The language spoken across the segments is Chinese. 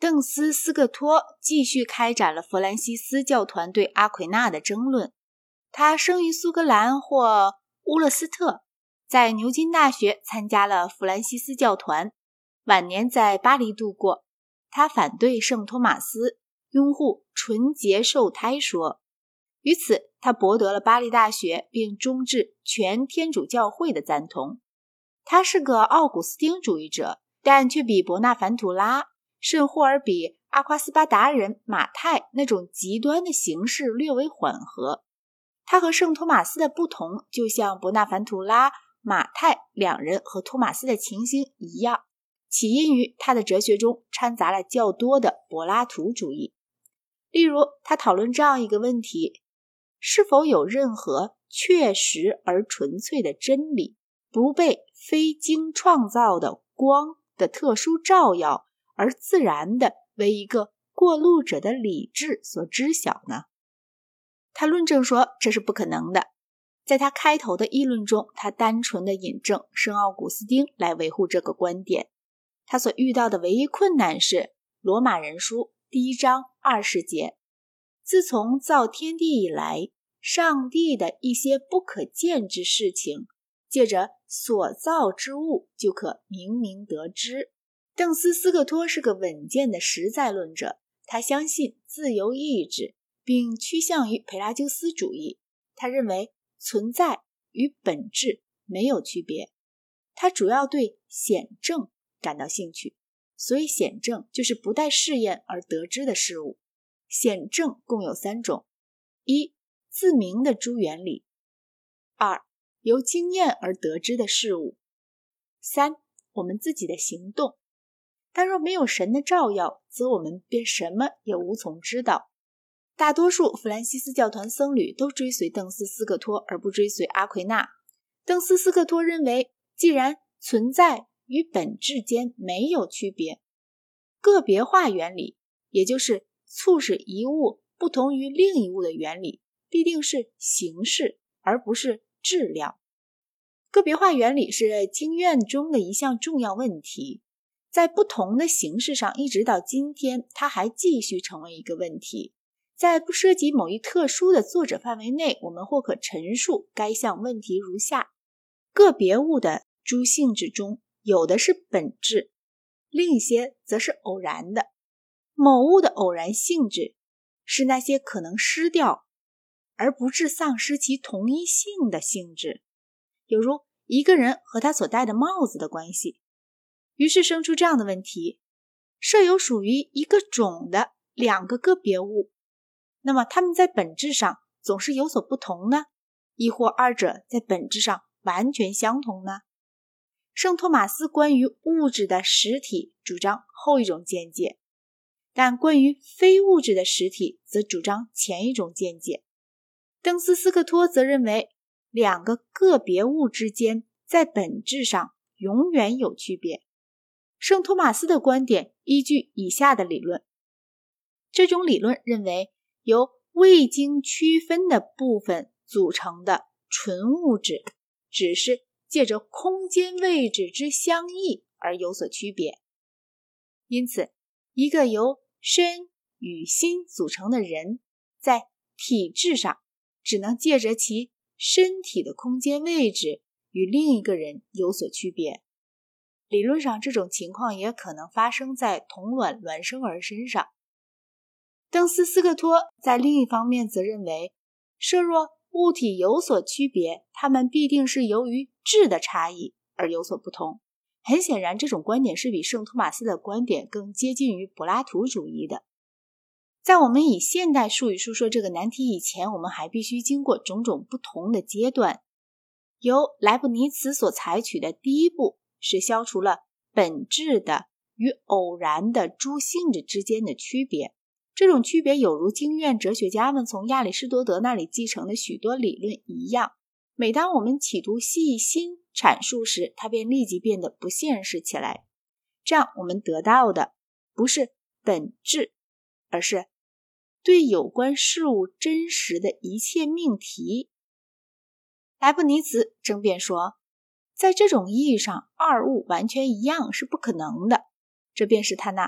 邓斯斯克托继续开展了弗兰西斯教团对阿奎那的争论。他生于苏格兰或乌勒斯特，在牛津大学参加了弗兰西斯教团，晚年在巴黎度过。他反对圣托马斯，拥护纯洁受胎说。于此，他博得了巴黎大学并终至全天主教会的赞同。他是个奥古斯丁主义者，但却比伯纳凡图拉甚或而比阿夸斯巴达人马太那种极端的形式略为缓和。他和圣托马斯的不同，就像伯纳凡图拉、马太两人和托马斯的情形一样，起因于他的哲学中掺杂了较多的柏拉图主义。例如，他讨论这样一个问题：是否有任何确实而纯粹的真理，不被非经创造的光的特殊照耀，而自然的为一个过路者的理智所知晓呢？他论证说这是不可能的。在他开头的议论中，他单纯地引证圣奥古斯丁来维护这个观点。他所遇到的唯一困难是罗马人书1章20节，自从造天地以来，上帝的一些不可见之事情，借着所造之物就可明明得知。邓斯斯克托是个稳健的实在论者，他相信自由意志，并趋向于培拉鸠斯主义。他认为存在与本质没有区别。他主要对显证感到兴趣，所以显证就是不待试验而得知的事物。显证共有3种：一、自明的诸原理；二、由经验而得知的事物；三、我们自己的行动。但若没有神的照耀，则我们便什么也无从知道。大多数弗兰西斯教团僧侣都追随邓斯斯克托而不追随阿奎那。邓斯斯克托认为，既然存在与本质间没有区别，个别化原理，也就是促使一物不同于另一物的原理，必定是形式而不是质量。个别化原理是经验中的一项重要问题，在不同的形式上一直到今天，它还继续成为一个问题。在不涉及某一特殊的作者范围内，我们或可陈述该项问题如下：个别物的诸性质中，有的是本质，另一些则是偶然的。某物的偶然性质是那些可能失掉而不致丧失其同一性的性质，有如一个人和他所戴的帽子的关系。于是生出这样的问题：设有属于一个种的2个个别物，那么它们在本质上总是有所不同呢？亦或二者在本质上完全相同呢？圣托马斯关于物质的实体主张后一种见解，但关于非物质的实体则主张前一种见解。邓斯斯克托则认为2个个别物之间在本质上永远有区别。圣托马斯的观点依据以下的理论。这种理论认为，由未经区分的部分组成的纯物质，只是借着空间位置之相异而有所区别。因此，一个由身与心组成的人，在体质上只能借着其身体的空间位置与另一个人有所区别。理论上，这种情况也可能发生在同卵孪生儿身上。邓斯斯克托在另一方面则认为，设若物体有所区别，它们必定是由于质的差异而有所不同。很显然，这种观点是比圣托马斯的观点更接近于柏拉图主义的。在我们以现代术语述说这个难题以前，我们还必须经过种种不同的阶段。由莱布尼茨所采取的第一步是消除了本质的与偶然的诸性质之间的区别。这种区别有如经验哲学家们从亚里士多德那里继承的许多理论一样，每当我们企图细心阐述时，它便立即变得不现实起来。这样我们得到的不是本质，而是对有关事物真实的一切命题。莱布尼茨争辩说，在这种意义上，二物完全一样是不可能的，这便是他那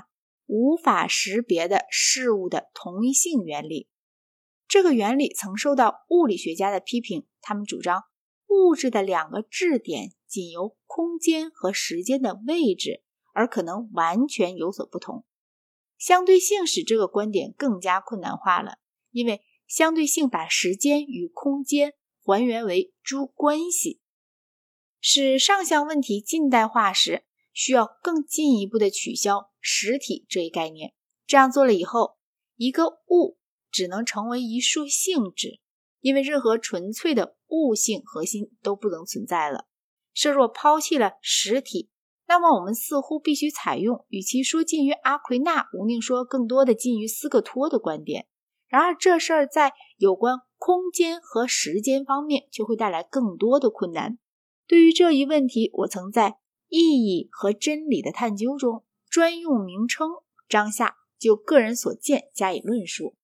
无法识别的事物的同一性原理。这个原理曾受到物理学家的批评，他们主张物质的两个质点仅由空间和时间的位置而可能完全有所不同。相对性使这个观点更加困难化了，因为相对性把时间与空间还原为诸关系，使上项问题近代化时需要更进一步的取消实体这一概念。这样做了以后，一个物只能成为一束性质，因为任何纯粹的物性核心都不能存在了。设若抛弃了实体，那么我们似乎必须采用与其说近于阿奎那，无宁说更多的近于斯克托的观点。然而这事儿在有关空间和时间方面就会带来更多的困难。对于这一问题，我曾在意义和真理的探究中专用名称章下就个人所见加以论述。